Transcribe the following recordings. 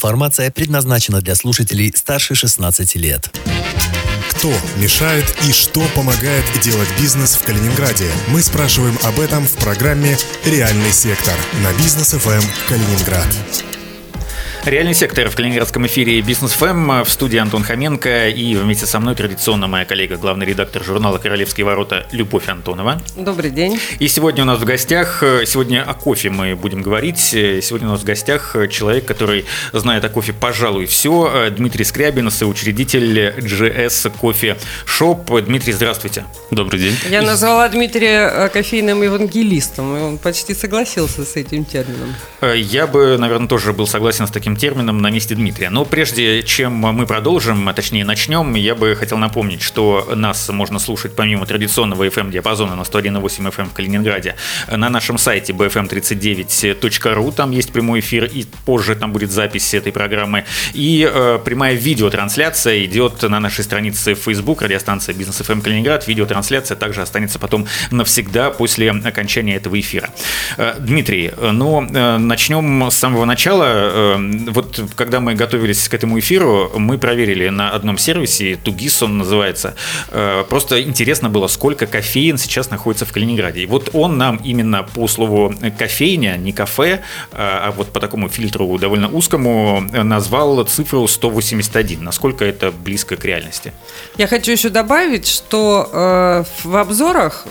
информация предназначена для слушателей старше 16 лет. Кто мешает и что помогает делать бизнес в Калининграде? Мы спрашиваем об этом в программе «Реальный сектор» на Бизнес ФМ Калининград. Реальный сектор в калининградском эфире Бизнес ФМ, в студии Антон Хоменко, и вместе со мной традиционно моя коллега, главный редактор журнала «Королевские ворота» Любовь Антонова. Добрый день. И сегодня у нас в гостях, сегодня о кофе мы будем говорить, сегодня у нас в гостях человек, который знает о кофе, пожалуй, все, Дмитрий Скрябин, соучредитель GS Coffee Shop. Дмитрий, здравствуйте. Добрый день. Я назвала Дмитрия кофейным евангелистом, и он почти согласился с этим термином. Я бы, наверное, тоже был согласен с таким термином на месте Дмитрия. Но прежде чем мы продолжим, а точнее начнем, я бы хотел напомнить, что нас можно слушать помимо традиционного FM-диапазона на 101,8 FM в Калининграде на нашем сайте bfm39.ru, там есть прямой эфир, и позже там будет запись этой программы. И прямая видеотрансляция идет на нашей странице в Facebook, радиостанция Бизнес ФМ Калининград. Видеотрансляция также останется потом навсегда после окончания этого эфира. Дмитрий, начнем с самого начала. Вот когда мы готовились к этому эфиру, мы проверили на одном сервисе, Тугис он называется, просто интересно было, сколько кофеен сейчас находится в Калининграде. И вот он нам именно по слову кофейня, не кафе, а вот по такому фильтру довольно узкому назвал цифру 181. Насколько это близко к реальности? Я хочу еще добавить, что в обзорах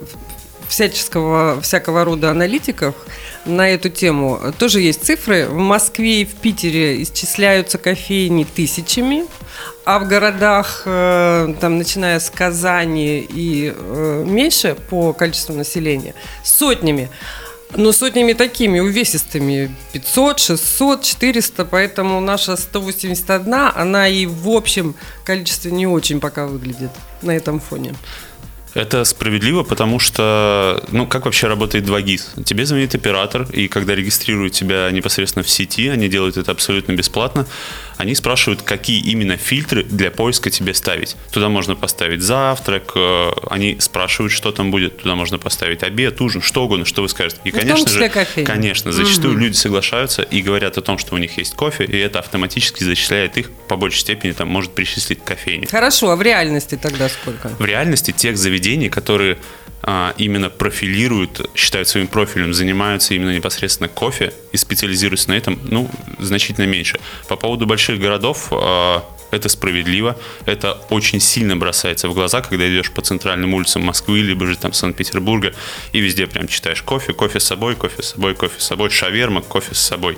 всякого рода аналитиков на эту тему тоже есть цифры. В Москве и в Питере исчисляются кофейни тысячами, а в городах, там, начиная с Казани и меньше по количеству населения, сотнями. Но сотнями такими увесистыми, 500, 600, 400, поэтому наша 181, она и в общем количестве не очень пока выглядит на этом фоне. Это справедливо, потому что, как вообще работает 2GIS? Тебе звонит оператор, и когда регистрируют тебя непосредственно в сети, они делают это абсолютно бесплатно, они спрашивают, какие именно фильтры для поиска тебе ставить. Туда можно поставить завтрак, они спрашивают, что там будет, туда можно поставить обед, ужин, что угодно, что вы скажете. И, конечно, зачастую люди соглашаются и говорят о том, что у них есть кофе, и это автоматически зачисляет их, по большей степени, там, может причислить к кофейне. Хорошо, а в реальности тогда сколько? В реальности тех заведений, которые именно профилируют, считают своим профилем, занимаются именно непосредственно кофе и специализируются на этом, значительно меньше. По поводу больших городов, это справедливо, это очень сильно бросается в глаза, когда идешь по центральным улицам Москвы, либо же там Санкт-Петербурга, и везде прям читаешь кофе с собой, кофе с собой, шаверма, кофе с собой.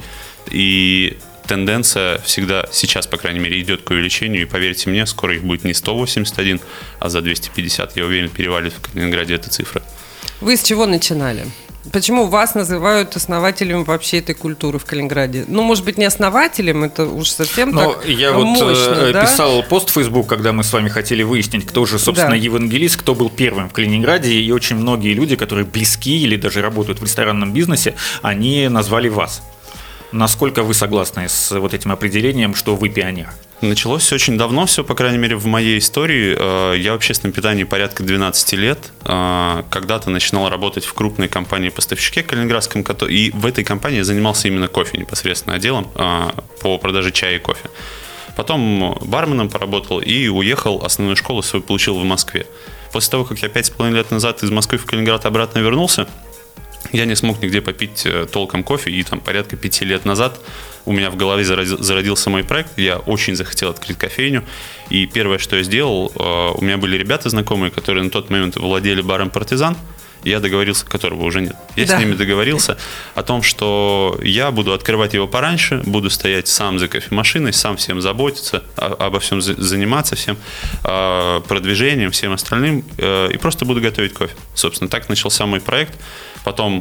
И тенденция всегда сейчас, по крайней мере, идет к увеличению, и поверьте мне, скоро их будет не 181, а за 250, я уверен, перевалит в Калининграде эта цифра. Вы с чего начинали? Почему вас называют основателем вообще этой культуры в Калининграде? Может быть, не основателем, это уж совсем так я мощно, да? Писал пост в Facebook, когда мы с вами хотели выяснить, кто же, собственно, евангелист, кто был первым в Калининграде, и очень многие люди, которые близки или даже работают в ресторанном бизнесе, они назвали вас. Насколько вы согласны с вот этим определением, что вы пионер? Началось все очень давно, все, по крайней мере, в моей истории. Я в общественном питании порядка 12 лет. Когда-то начинал работать в крупной компании-поставщике калининградском, и в этой компании я занимался именно кофе, непосредственно отделом по продаже чая и кофе. Потом барменом поработал и уехал, основную школу свою получил в Москве. После того, как я 5,5 лет назад из Москвы в Калининград обратно вернулся, я не смог нигде попить толком кофе, и там порядка 5 лет назад у меня в голове зародился мой проект, я очень захотел открыть кофейню, и первое, что я сделал, у меня были ребята знакомые, которые на тот момент владели баром «Партизан», я договорился, которого уже нет. Я с ними договорился о том, что я буду открывать его пораньше, буду стоять сам за кофемашиной, сам всем заботиться, обо всем заниматься, всем продвижением, всем остальным, и просто буду готовить кофе. Собственно, так начался мой проект. Потом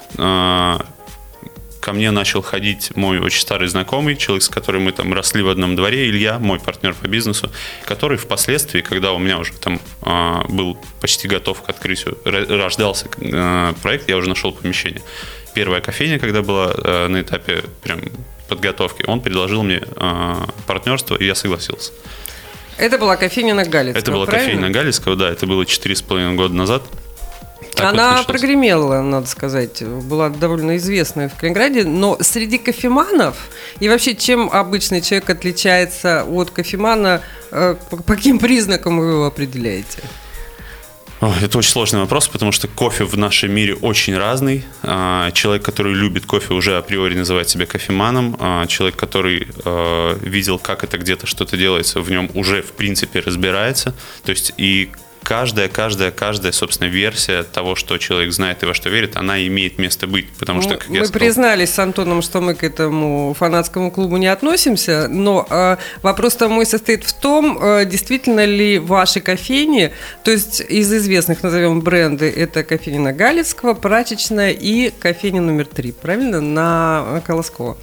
ко мне начал ходить мой очень старый знакомый, человек, с которым мы там росли в одном дворе, Илья, мой партнер по бизнесу, который впоследствии, когда у меня уже там был почти готов к открытию, рождался проект, я уже нашел помещение. Первая кофейня, когда была на этапе прям подготовки, он предложил мне партнерство, и я согласился. Это была кофейня на Галицкого, Это была кофейня на Галицкого, да, это было 4,5 года назад. Она вот прогремела, надо сказать, была довольно известная в Калининграде, но среди кофеманов, и вообще чем обычный человек отличается от кофемана, по каким признакам вы его определяете? Это очень сложный вопрос, потому что кофе в нашем мире очень разный. Человек, который любит кофе, уже априори называет себя кофеманом. Человек, который видел, как это где-то что-то делается, в нем уже, в принципе, разбирается. То есть и каждая, собственно, версия того, что человек знает и во что верит, она имеет место быть. Потому что, как я сказал, признались с Антоном, что мы к этому фанатскому клубу не относимся, но вопрос-то мой состоит в том, действительно ли ваши кофейни, то есть из известных, назовем, бренды, это кофейня на Галицкого, Прачечная и кофейня номер 3, правильно, на Колоскова.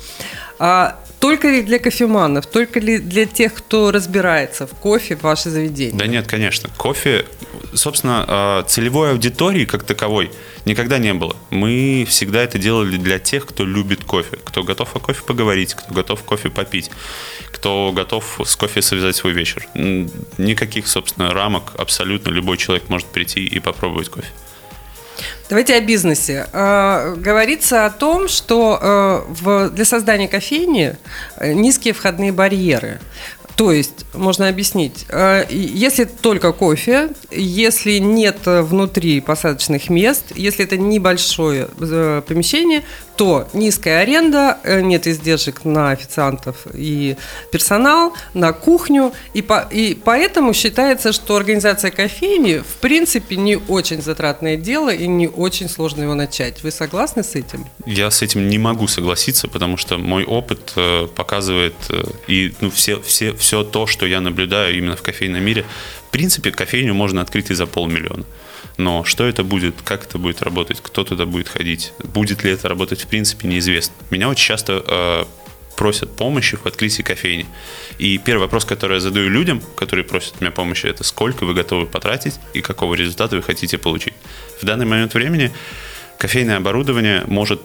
Только ли для кофеманов, только ли для тех, кто разбирается в кофе, в ваше заведение? Да нет, конечно. Кофе, собственно, целевой аудитории как таковой никогда не было. Мы всегда это делали для тех, кто любит кофе, кто готов о кофе поговорить, кто готов кофе попить, кто готов с кофе связать свой вечер. Никаких, собственно, рамок. Абсолютно любой человек может прийти и попробовать кофе. Давайте о бизнесе. Говорится о том, что для создания кофейни низкие входные барьеры. То есть, можно объяснить, если только кофе, если нет внутри посадочных мест, если это небольшое помещение, то низкая аренда, нет издержек на официантов и персонал, на кухню. И поэтому считается, что организация кофейни в принципе не очень затратное дело и не очень сложно его начать. Вы согласны с этим? Я с этим не могу согласиться, потому что мой опыт показывает и все то, что я наблюдаю именно в кофейном мире. В принципе, кофейню можно открыть и за 500 000. Но что это будет, как это будет работать, кто туда будет ходить, будет ли это работать, в принципе, неизвестно. Меня очень часто просят помощи в открытии кофейни. И первый вопрос, который я задаю людям, которые просят меня помощи, это сколько вы готовы потратить и какого результата вы хотите получить. В данный момент времени кофейное оборудование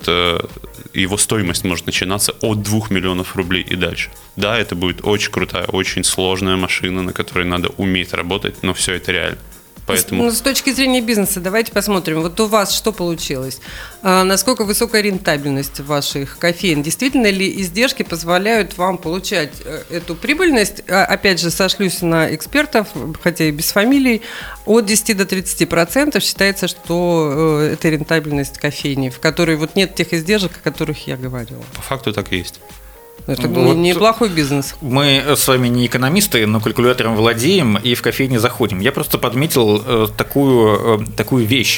его стоимость может начинаться от 2 миллионов рублей и дальше. Да, это будет очень крутая, очень сложная машина, на которой надо уметь работать, но все это реально. Поэтому... С точки зрения бизнеса, давайте посмотрим. Вот у вас что получилось? Насколько высокая рентабельность ваших кофеин? Действительно ли издержки позволяют вам получать эту прибыльность? Опять же, сошлюсь на экспертов, хотя и без фамилий. От 10 до 30% считается, что это рентабельность кофейни, в которой вот нет тех издержек, о которых я говорила. По факту так и есть. Это неплохой бизнес. Мы с вами не экономисты, но калькулятором владеем и в кофейне заходим. Я просто подметил такую вещь.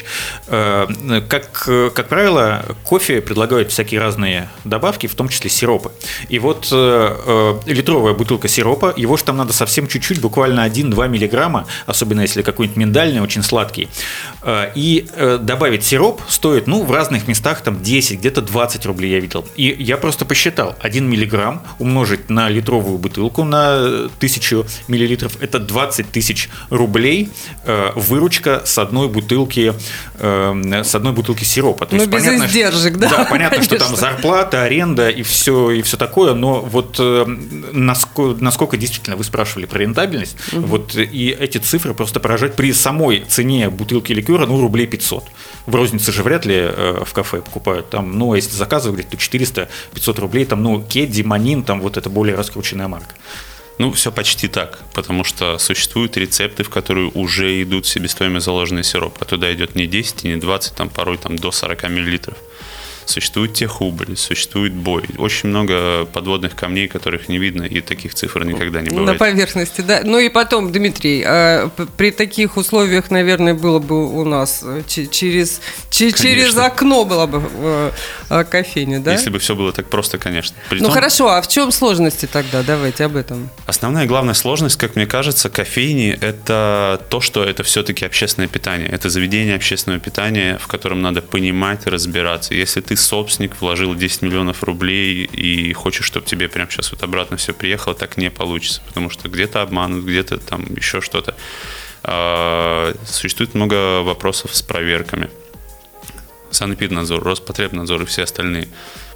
Как правило, кофе предлагают всякие разные добавки, в том числе сиропы. И вот литровая бутылка сиропа, его же там надо совсем чуть-чуть, буквально 1-2 миллиграмма, особенно если какой-нибудь миндальный, очень сладкий. И добавить сироп стоит, в разных местах там 10, где-то 20 рублей я видел. И я просто посчитал, 1 миллиграмм умножить на литровую бутылку на 1000 миллилитров, это 20 тысяч рублей выручка с одной бутылки сиропа. То есть, без понятно, издержек, да? Да, понятно, конечно, что там зарплата, аренда и все такое, но вот насколько действительно вы спрашивали про рентабельность, вот и эти цифры просто поражают. При самой цене бутылки ликера, рублей 500. В рознице же вряд ли в кафе покупают. Там, если заказывать, то 400-500 рублей, там, Кедди, Манин, там вот это более раскрученная марка. Все почти так, потому что существуют рецепты, в которые уже идут себестоимость заложенный сироп, а туда идет не 10, не 20, там порой до 40 миллилитров. Существует техубыль, существует бой. Очень много подводных камней, которых не видно, и таких цифр никогда не бывает. На поверхности, да. И потом, Дмитрий, при таких условиях, наверное, было бы у нас через окно была бы кофейня, да? Если бы все было так просто, конечно. Хорошо, а в чем сложности тогда? Давайте об этом. Основная главная сложность, как мне кажется, кофейни – это то, что это все-таки общественное питание. Это заведение общественного питания, в котором надо понимать, разбираться. Если ты собственник, вложил 10 миллионов рублей и хочешь, чтобы тебе прямо сейчас вот обратно все приехало, так не получится, потому что где-то обманут, где-то там еще что-то. Существует много вопросов с проверками. Санэпиднадзор, Роспотребнадзор и все остальные.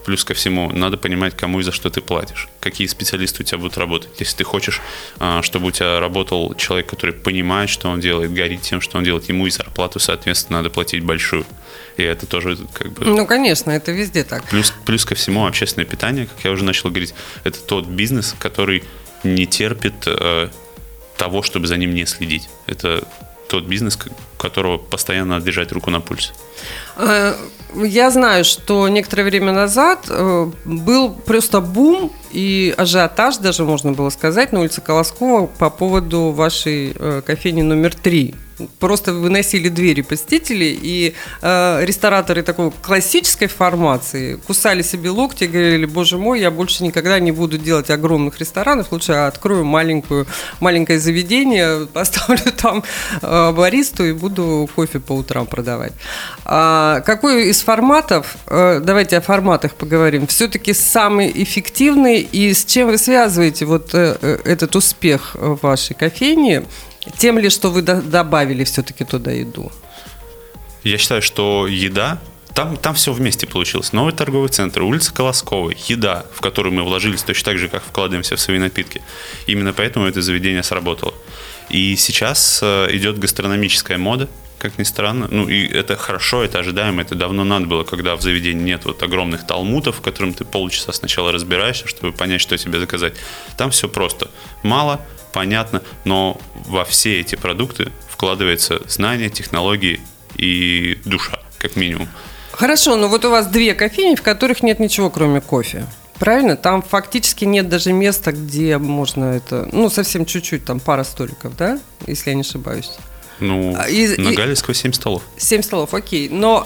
плюс ко всему, надо понимать, кому и за что ты платишь, какие специалисты у тебя будут работать. Если ты хочешь, чтобы у тебя работал человек, который понимает, что он делает, горит тем, что он делает, ему и зарплату, соответственно, надо платить большую. И это тоже как бы... Ну, конечно, это везде так. Плюс ко всему, общественное питание, как я уже начал говорить, это тот бизнес, который не терпит того, чтобы за ним не следить. Это тот бизнес, у которого постоянно надо держать руку на пульсе. Я знаю, что некоторое время назад был просто бум и ажиотаж, даже можно было сказать, на улице Колоскова по поводу вашей кофейни номер 3. Просто выносили двери посетителей, и рестораторы такой классической формации кусали себе локти и говорили: боже мой, я больше никогда не буду делать огромных ресторанов, лучше открою маленькое заведение, поставлю там баристу и буду кофе по утрам продавать. Какой из форматов, давайте о форматах поговорим, все-таки самый эффективный, и с чем вы связываете вот этот успех вашей кофейни? Тем ли, что вы добавили все-таки туда еду? Я считаю, что еда, там все вместе получилось. Новый торговый центр, улица Колосковой, еда, в которую мы вложились точно так же, как вкладываемся в свои напитки. Именно поэтому это заведение сработало. И сейчас идет гастрономическая мода, как ни странно. Ну, и это хорошо, это ожидаемо, это давно надо было, когда в заведении нет вот огромных талмудов, в котором ты полчаса сначала разбираешься, чтобы понять, что тебе заказать. Там все просто. Мало, понятно, но во все эти продукты вкладывается знание, технологии и душа, как минимум. Хорошо, но вот у вас 2 кофейни, в которых нет ничего, кроме кофе. Правильно? Там фактически нет даже места, где можно это... Ну, совсем чуть-чуть, там пара столиков, да? Если я не ошибаюсь. Ну, на Галицкого 7 столов. 7 столов, окей. Но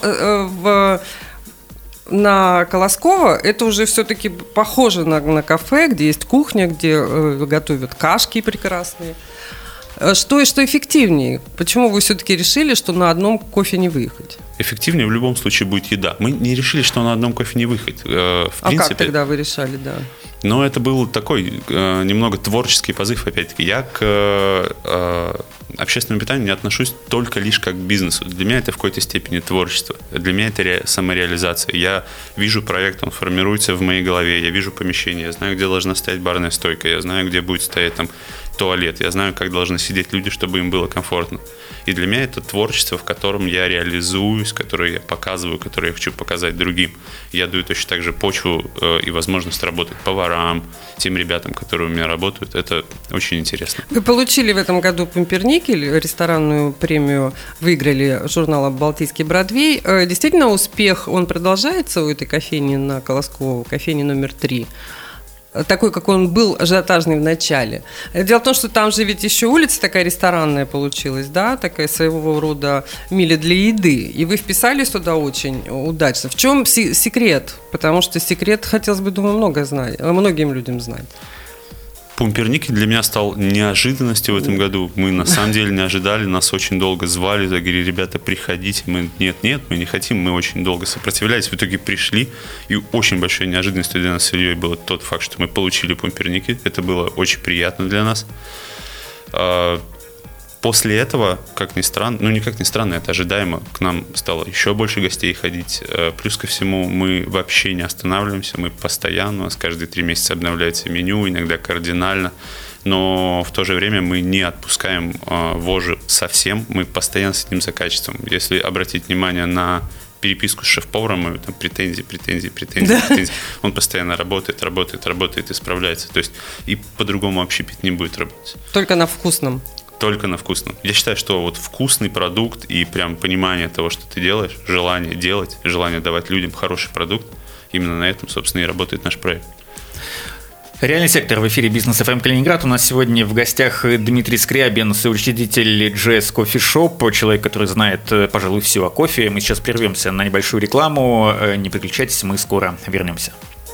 на Колоскова это уже все-таки похоже на кафе, где есть кухня, где готовят кашки прекрасные. Что эффективнее? Почему вы все-таки решили, что на одном кофе не выехать? Эффективнее в любом случае будет еда. Мы не решили, что на одном кофе не выехать. В принципе, как тогда вы решали, да? Но это был такой немного творческий позыв, опять-таки. Я к общественному питанию не отношусь только лишь как к бизнесу. Для меня это в какой-то степени творчество. Для меня это самореализация. Я вижу проект, он формируется в моей голове. Я вижу помещение, я знаю, где должна стоять барная стойка, я знаю, где будет стоять там туалет, я знаю, как должны сидеть люди, чтобы им было комфортно. И для меня это творчество, в котором я реализуюсь, которое я показываю, которое я хочу показать другим. Я даю точно так же почву и возможность работать поварам, тем ребятам, которые у меня работают. Это очень интересно. Вы получили в этом году Пумперникель, ресторанную премию, выиграли журнала «Балтийский Бродвей». Действительно, успех, он продолжается у этой кофейни на Колосково, кофейни номер 3? Такой, как он был ажиотажный в начале. Дело в том, что там же ведь еще улица такая ресторанная получилась, да, такая своего рода миля для еды. И вы вписались туда очень удачно. В чем секрет? Потому что секрет, хотелось бы, думаю, многим людям знать. Пумперникель для меня стал неожиданностью в этом году. Мы на самом деле не ожидали, нас очень долго звали, говорили: ребята, приходите. Мы нет, мы не хотим, мы очень долго сопротивлялись. В итоге пришли, и очень большой неожиданностью для нас с Ильей был тот факт, что мы получили Пумперникель. Это было очень приятно для нас. После этого, как ни странно, не как ни странно, это ожидаемо, к нам стало еще больше гостей ходить. Плюс ко всему, мы вообще не останавливаемся, мы постоянно, у нас каждые 3 месяца обновляется меню, иногда кардинально, но в то же время мы не отпускаем вожжи совсем, мы постоянно следим за качеством. Если обратить внимание на переписку с шеф-поваром, там претензии. Он постоянно работает и справляется. То есть и по-другому общепит не будет работать. Только на вкусном. Только на вкусном. Я считаю, что вот вкусный продукт и прям понимание того, что ты делаешь, желание делать, желание давать людям хороший продукт, именно на этом, собственно, и работает наш проект. Реальный сектор в эфире Бизнес ФМ Калининград. У нас сегодня в гостях Дмитрий Скрябин, соучредитель JS Coffee Shop, человек, который знает, пожалуй, все о кофе. Мы сейчас прервемся на небольшую рекламу. Не переключайтесь, мы скоро вернемся.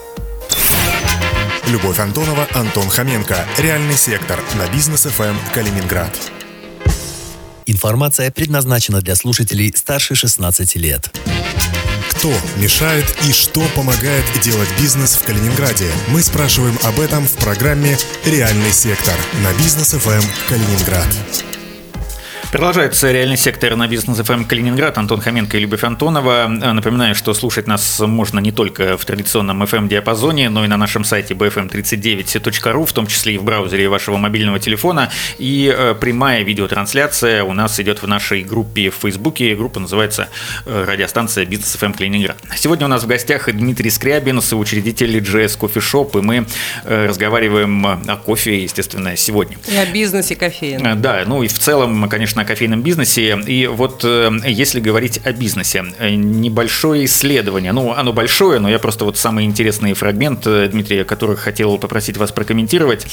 Любовь Антонова, Антон Хоменко. Реальный сектор на Бизнес ФМ Калининград. Информация предназначена для слушателей старше 16 лет. Кто мешает и что помогает делать бизнес в Калининграде? Мы спрашиваем об этом в программе «Реальный сектор» на Бизнес ФМ Калининград. Продолжается реальный сектор на Бизнес ФМ Калининград. Антон Хоменко и Любовь Антонова. Напоминаю, что слушать нас можно не только в традиционном FM-диапазоне, но и на нашем сайте bfm39.ru, в том числе и в браузере вашего мобильного телефона. И прямая видеотрансляция у нас идет в нашей группе в Фейсбуке. Группа называется «Радиостанция Бизнес ФМ Калининград». Сегодня у нас в гостях Дмитрий Скрябин, соучредитель JS Coffee Shop, и мы разговариваем о кофе, естественно, сегодня. И о бизнесе кофейном. Да, ну и в целом, конечно, о кофейном бизнесе. И вот если говорить о бизнесе, небольшое исследование, ну, оно большое, но я просто вот самый интересный фрагмент, Дмитрий, который хотел попросить вас прокомментировать.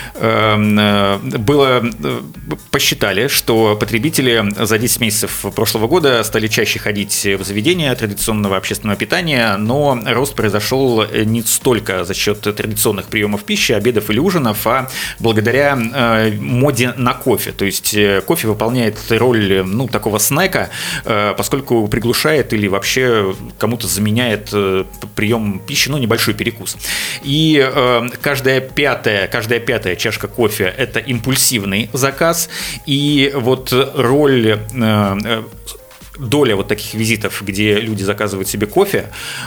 Посчитали, что потребители за 10 месяцев прошлого года стали чаще ходить в заведения традиционного общественного питания, но рост произошел не столько за счет традиционных приемов пищи, обедов или ужинов, а благодаря моде на кофе. То есть кофе выполняет роль, ну, такого снека, поскольку приглушает или вообще кому-то заменяет прием пищи, ну, небольшой перекус. И каждая пятая чашка кофе – это импульсивный заказ, и вот доля вот таких визитов, где люди заказывают себе кофе,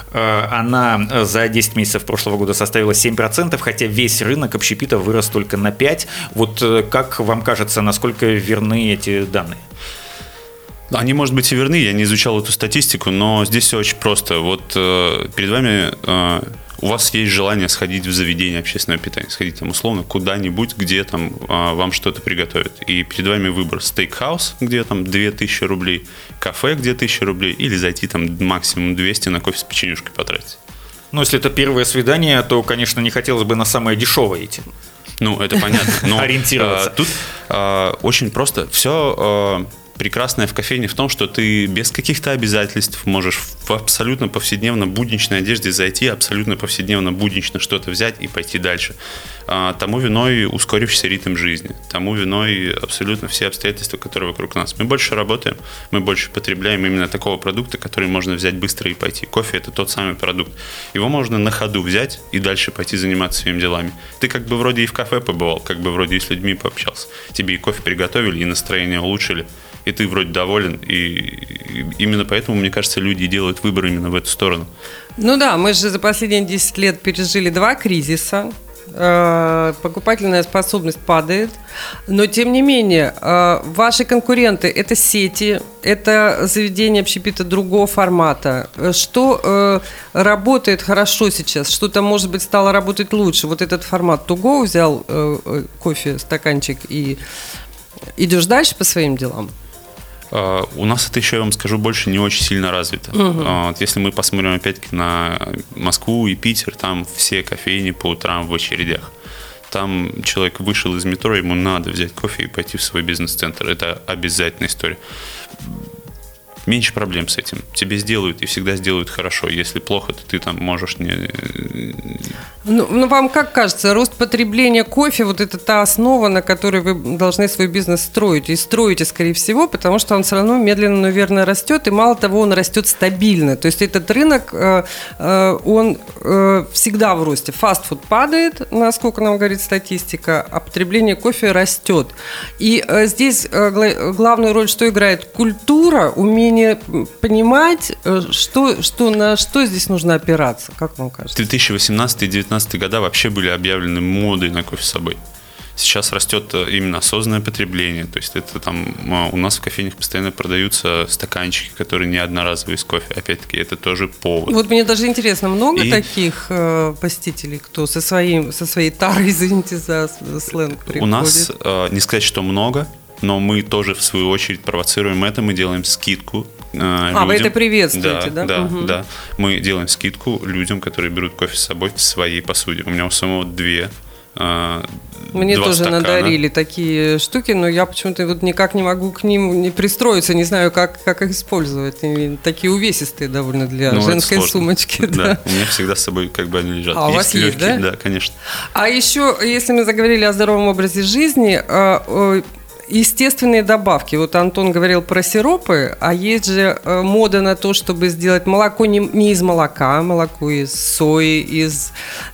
она за 10 месяцев прошлого года составила 7%, хотя весь рынок общепита вырос только на 5%. Вот как вам кажется, насколько верны эти данные? Они, может быть, и верны, я не изучал эту статистику, но здесь все очень просто. Вот перед вами у вас есть желание сходить в заведение общественного питания, сходить там условно куда-нибудь, где там вам что-то приготовят. И перед вами выбор: стейкхаус, где там 2000 рублей, кафе, где 1000 рублей, или зайти там максимум 200 на кофе с печенюшкой потратить. Ну, если это первое свидание, то, конечно, не хотелось бы на самое дешевое идти. Ну, это понятно. Но ориентироваться. Тут очень просто. Все прекрасное в кофейне в том, что ты без каких-то обязательств можешь в абсолютно повседневно будничной одежде зайти, абсолютно повседневно буднично что-то взять и пойти дальше. Тому виной ускорившийся ритм жизни, тому виной абсолютно все обстоятельства, которые вокруг нас. Мы больше работаем, мы больше потребляем именно такого продукта, который можно взять быстро и пойти. Кофе – это тот самый продукт. Его можно на ходу взять и дальше пойти заниматься своими делами. Ты как бы вроде и в кафе побывал, как бы вроде и с людьми пообщался. Тебе и кофе приготовили, и настроение улучшили. И ты вроде доволен, и именно поэтому, мне кажется, люди делают выбор именно в эту сторону. Ну да, мы же за последние 10 лет пережили 2 кризиса. Покупательная способность падает, но тем не менее ваши конкуренты – это сети, это заведения общепита другого формата. Что работает хорошо сейчас? Что-то, может быть, стало работать лучше? Вот этот формат to go, взял кофе, стаканчик и идешь дальше по своим делам? У нас это еще, я вам скажу, больше не очень сильно развито. Вот если мы посмотрим опять-таки на Москву и Питер, там все кофейни по утрам в очередях. Там человек вышел из метро, ему надо взять кофе и пойти в свой бизнес-центр. Это обязательная история. Меньше проблем с этим. Тебе сделают и всегда сделают хорошо. Если плохо, то ты там можешь не... Ну, вам как кажется, рост потребления кофе, вот это та основа, на которой вы должны свой бизнес строить. И строите, скорее всего, потому что он все равно медленно, но верно растет. И мало того, он растет стабильно. То есть этот рынок, он всегда в росте. Фастфуд падает, насколько нам говорит статистика, а потребление кофе растет. И здесь главную роль что играет? Культура, умение понимать, на что здесь нужно опираться, как вам кажется? 2018 и 2019 года вообще были объявлены модой на кофе с собой. Сейчас растет именно осознанное потребление. То есть это там у нас в кофейнях постоянно продаются стаканчики, которые не одноразовые с кофе. Опять-таки, это тоже повод. Вот мне даже интересно, много таких посетителей, кто со своей тарой, извините за сленг, приходит? У нас, не сказать, что много, но мы тоже, в свою очередь, провоцируем это. Мы делаем скидку людям. Вы это приветствуете, да? Да. Мы делаем скидку людям, которые берут кофе с собой в своей посуде. У меня у самого 2 Мне тоже стакана. надарили такие штуки, но я почему-то вот никак не могу к ним не пристроиться, не знаю, как их использовать. Они такие увесистые довольно для женской сумочки. Да, у меня всегда с собой как бы они лежат. А у вас есть, да? Да, конечно. А еще, если мы заговорили о здоровом образе жизни, естественные добавки. Вот Антон говорил про сиропы, а есть же мода на то, чтобы сделать молоко не из молока, а молоко из сои, из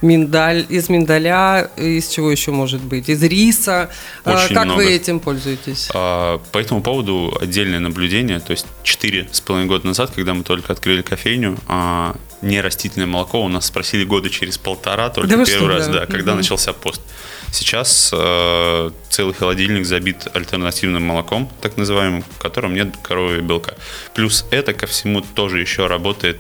миндаля, из чего еще может быть, из риса. Очень как много. вы этим пользуетесь? По этому поводу отдельное наблюдение. То есть 4,5 года назад, когда мы только открыли кофейню, не растительное молоко у нас спросили года через 1,5, только Да первый раз, да. когда начался пост. Сейчас целый холодильник забит альтернативным молоком, так называемым, в котором нет коровьего белка. Плюс это ко всему тоже еще работает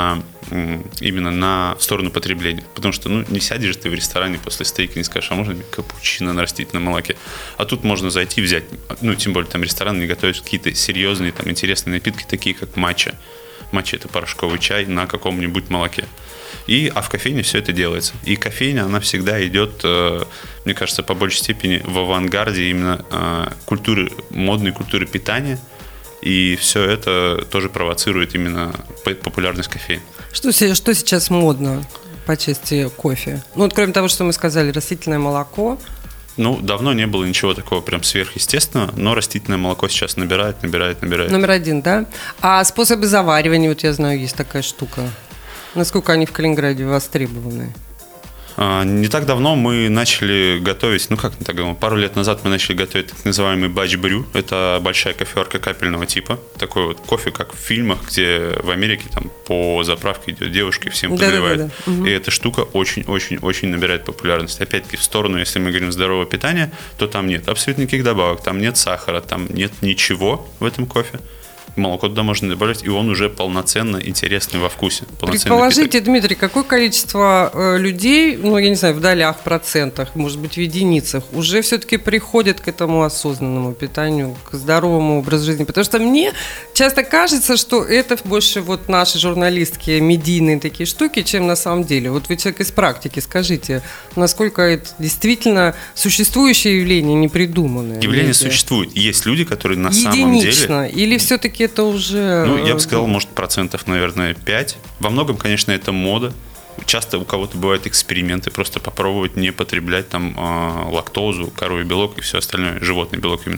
именно в сторону потребления. Потому что не сядешь ты в ресторане после стейка и не скажешь, а можно мне капучино на растительном молоке? А тут можно зайти и взять, тем более там ресторан не готовят какие-то серьезные, там интересные напитки, такие как матча. Матча – это порошковый чай на каком-нибудь молоке. А в кофейне все это делается. И кофейня, она всегда идет, мне кажется, по большей степени в авангарде именно модной культуры питания. И все это тоже провоцирует именно популярность кофеин. Что сейчас модно по части кофе? Кроме того, что мы сказали, растительное молоко. Давно не было ничего такого прям сверхъестественного, но растительное молоко сейчас набирает. Номер 1, да? А способы заваривания, я знаю, есть такая штука. Насколько они в Калининграде востребованы? Не так давно мы начали готовить, не так давно, пару лет назад мы начали готовить так называемый батч-брю. Это большая кофеварка капельного типа. Такой вот кофе, как в фильмах, где в Америке там по заправке идет девушка и всем подливает. И эта штука очень-очень-очень набирает популярность. Опять-таки в сторону, если мы говорим здоровое питание, то там нет абсолютно никаких добавок, там нет сахара, там нет ничего в этом кофе. Молоко туда можно добавлять, и он уже полноценно интересный во вкусе. Предположите, Дмитрий, какое количество людей, я не знаю, в долях, процентах, может быть, в единицах, уже все-таки приходят к этому осознанному питанию, к здоровому образу жизни? Потому что мне часто кажется, что это больше наши журналистские, медийные такие штуки, чем на самом деле. Вы человек из практики, скажите, насколько это действительно существующее явление, не придуманное? Явление существует. Есть люди, которые на самом деле... Единично, или все-таки это уже... я бы сказал, может, процентов, наверное, 5. Во многом, конечно, это мода. Часто у кого-то бывают эксперименты, просто попробовать не потреблять там лактозу, коровий белок и все остальное, животный белок именно.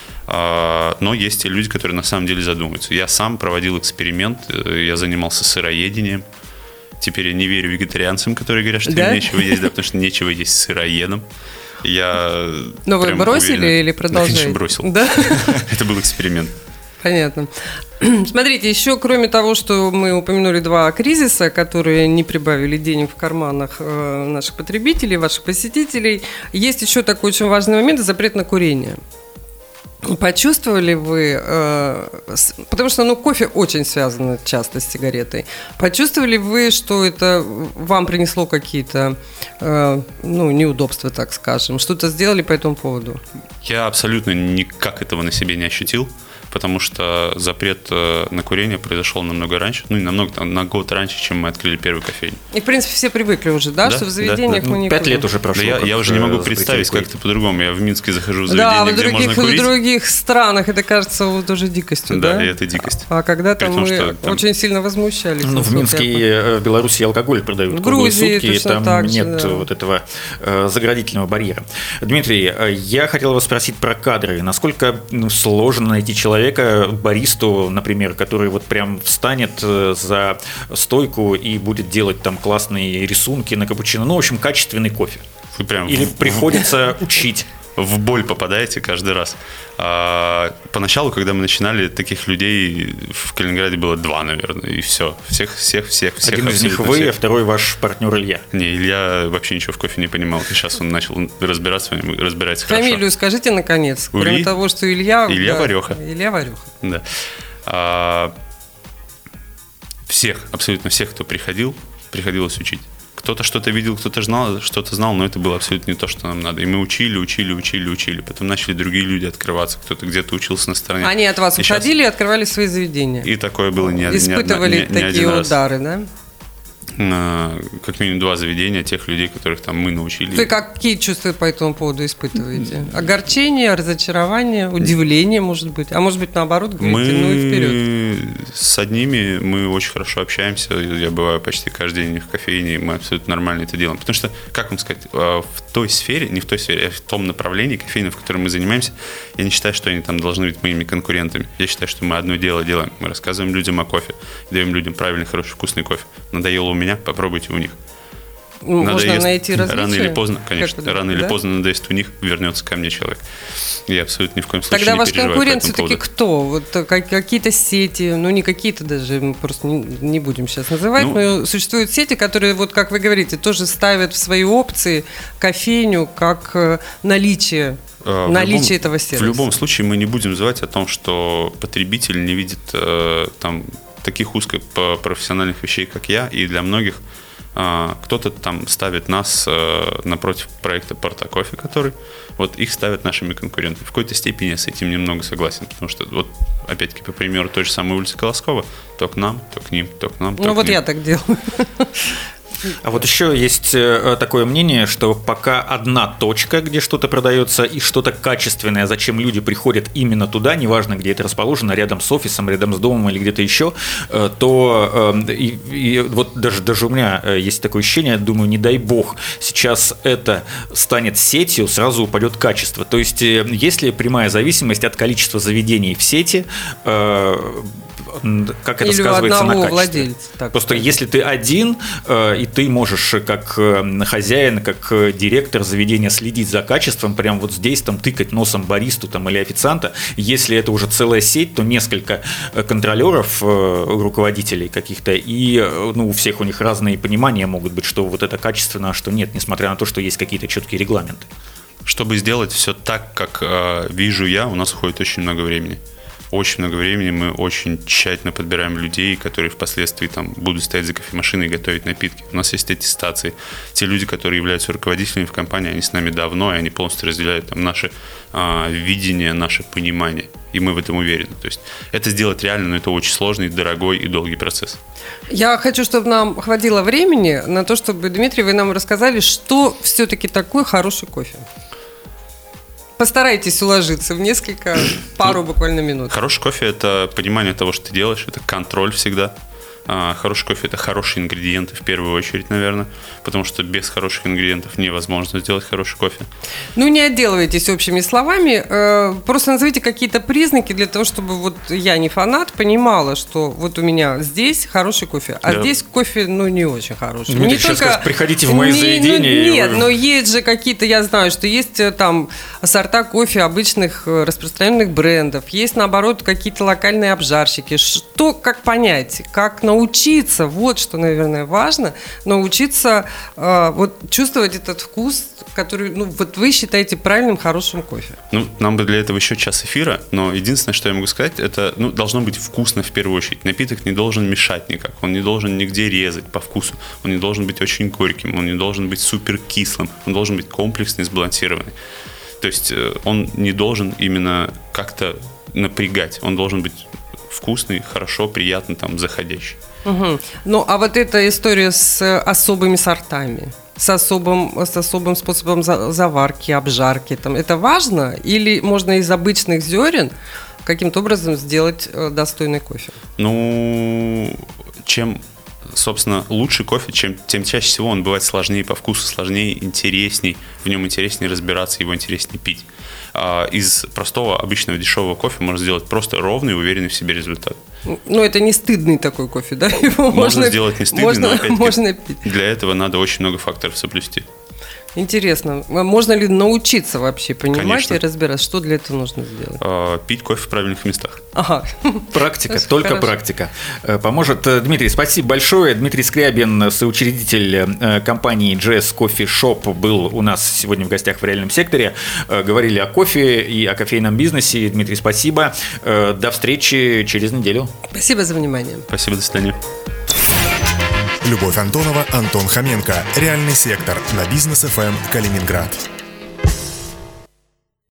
Но есть и люди, которые на самом деле задумываются. Я сам проводил эксперимент, я занимался сыроедением. Теперь я не верю вегетарианцам, которые говорят, что им нечего есть, потому что нечего есть сыроедом. Но вы бросили уверен, или продолжаете? Конечно, бросил. Да? Это был эксперимент. Понятно. Смотрите, еще кроме того, что мы упомянули 2 кризиса, которые не прибавили денег в карманах наших потребителей, ваших посетителей, есть еще такой очень важный момент – запрет на курение. Почувствовали вы, потому что кофе очень связано часто с сигаретой, почувствовали вы, что это вам принесло какие-то неудобства, так скажем? Что-то сделали по этому поводу? Я абсолютно никак этого на себе не ощутил. Потому что запрет на курение произошел намного раньше, на год раньше, чем мы открыли первую кофейню. И, в принципе, все привыкли уже, да? Что в заведениях мы не 5 лет уже прошло. Да, я уже не могу представить как-то по-другому. Я в Минске захожу в заведение, где можно курить. В других странах это кажется уже дикостью, да? Да, это дикость. А когда-то мы очень сильно возмущались. В Минске и в Беларуси алкоголь продают круглые сутки, и там нет этого заградительного барьера. Дмитрий, я хотел вас спросить про кадры. Насколько сложно найти человека, баристу, например, который прям встанет за стойку и будет делать там классные рисунки на капучино. В общем, качественный кофе. Или приходится учить? В боль попадаете каждый раз. Поначалу, когда мы начинали, таких людей в Калининграде было 2, наверное, и все. Всех. Один из них вы, а второй ваш партнер Илья. Не, Илья вообще ничего в кофе не понимал. И сейчас он начал разбираться хорошо. Фамилию скажите, наконец. Кроме того, что Илья... Илья Вареха. Илья Вареха. Да. Абсолютно всех, кто приходилось учить. Кто-то что-то видел, кто-то что-то знал, но это было абсолютно не то, что нам надо. И мы учили. Потом начали другие люди открываться. Кто-то где-то учился на стороне. Они от вас уходили и открывали свои заведения. И такое было не один раз. Испытывали такие удары, да? как минимум 2 заведения тех людей, которых там мы научили. Вы какие чувства по этому поводу испытываете? Огорчение, разочарование, удивление, может быть? А может быть, наоборот, говорите, ну и вперед? С одними мы очень хорошо общаемся. Я бываю почти каждый день в кофейне, и мы абсолютно нормально это делаем. Потому что, как вам сказать, в той сфере, не в той сфере, а в том направлении кофейни, в котором мы занимаемся, я не считаю, что они там должны быть моими конкурентами. Я считаю, что мы одно дело делаем. Мы рассказываем людям о кофе, даем людям правильный, хороший, вкусный кофе. Надоело у меня, попробуйте у них. Можно найти различия? Рано или поздно, конечно, это, рано или поздно надоест у них, вернется ко мне человек. Я абсолютно ни в коем случае Тогда не ваш переживаю конкурент по этому все-таки поводу. кто? Вот какие-то сети, ну не какие-то даже, мы просто не будем сейчас называть, но существуют сети, которые, вот как вы говорите, тоже ставят в свои опции кофейню как наличие этого сервиса. В любом случае мы не будем называть о том, что потребитель не видит там таких узкопрофессиональных вещей, как я, и для многих кто-то там ставит нас напротив проекта Порта Кофе, который вот их ставят нашими конкурентами. В какой-то степени я с этим немного согласен, потому что вот опять-таки по примеру той же самой улицы Колоскова, то к нам, то к ним, то к нам, то Ну к вот ним. я так делаю. А вот еще есть такое мнение, что пока одна точка, где что-то продается и что-то качественное, зачем люди приходят именно туда, неважно, где это расположено, рядом с офисом, рядом с домом или где-то еще, то и вот даже у меня есть такое ощущение, думаю, не дай бог, сейчас это станет сетью, сразу упадет качество. То есть есть ли прямая зависимость от количества заведений в сети, как это Или сказывается у на одного качестве? владельца. Так. Просто если ты один, и ты можешь как хозяин, как директор заведения следить за качеством, прям вот здесь там тыкать носом баристу там, или официанта, если это уже целая сеть, то несколько контролеров, руководителей каких-то, и у всех у них разные понимания могут быть, что вот это качественно, а что нет, несмотря на то, что есть какие-то четкие регламенты. Чтобы сделать все так, как вижу я, у нас уходит очень много времени. Очень много времени, мы очень тщательно подбираем людей, которые впоследствии там будут стоять за кофемашиной и готовить напитки. У нас есть аттестации. Те люди, которые являются руководителями в компании, они с нами давно, и они полностью разделяют там наше видение, наше понимание. И мы в этом уверены. То есть это сделать реально, но это очень сложный, дорогой и долгий процесс. Я хочу, чтобы нам хватило времени на то, чтобы, Дмитрий, вы нам рассказали, что все-таки такое хороший кофе. Постарайтесь уложиться в пару буквально минут. Хороший кофе – это понимание того, что ты делаешь, это контроль всегда. Хороший кофе – это хорошие ингредиенты в первую очередь, наверное, потому что без хороших ингредиентов невозможно сделать хороший кофе. Ну, не отделывайтесь общими словами, просто назовите какие-то признаки для того, чтобы вот я не фанат, понимала, что вот у меня здесь хороший кофе, а здесь кофе, не очень хороший. Дмитрий, сейчас скажет, приходите в мои заведения. Нет, но есть же какие-то, я знаю, что есть там сорта кофе обычных распространенных брендов, есть, наоборот, какие-то локальные обжарщики. Как понять, как научиться, вот что, наверное, важно, научиться чувствовать этот вкус, который, вот вы считаете правильным, хорошим кофе. Нам бы для этого еще час эфира, но единственное, что я могу сказать, это, должно быть вкусно в первую очередь. Напиток не должен мешать никак, он не должен нигде резать по вкусу, он не должен быть очень горьким, он не должен быть супер кислым, он должен быть комплексный, сбалансированный. То есть он не должен именно как-то напрягать, он должен быть вкусный, хорошо, приятно, там, заходящий. Угу. А вот эта история с особыми сортами, с особым способом заварки, обжарки, это важно? Или можно из обычных зерен каким-то образом сделать достойный кофе? Чем, собственно, лучше кофе, тем чаще всего он бывает сложнее по вкусу, сложнее, интересней, в нем интереснее разбираться, его интереснее пить. Из простого, обычного, дешевого кофе можно сделать просто ровный, уверенный в себе результат. Это не стыдный такой кофе, да? Его можно сделать не стыдный, но опять-таки можно пить. Для этого надо очень много факторов соблюсти. Интересно, можно ли научиться вообще понимать Конечно. и разбираться, что для этого нужно сделать? Пить кофе в правильных местах. Ага. Практика, Хорошо, только хорошо. Практика поможет. Дмитрий, спасибо большое. Дмитрий Скрябин, соучредитель компании JS Coffee Shop, был у нас сегодня в гостях в реальном секторе. Говорили о кофе и о кофейном бизнесе. Дмитрий, спасибо. До встречи через неделю. Спасибо за внимание. Спасибо, до свидания. Любовь Антонова, Антон Хоменко. Реальный сектор на Бизнес ФМ Калининград.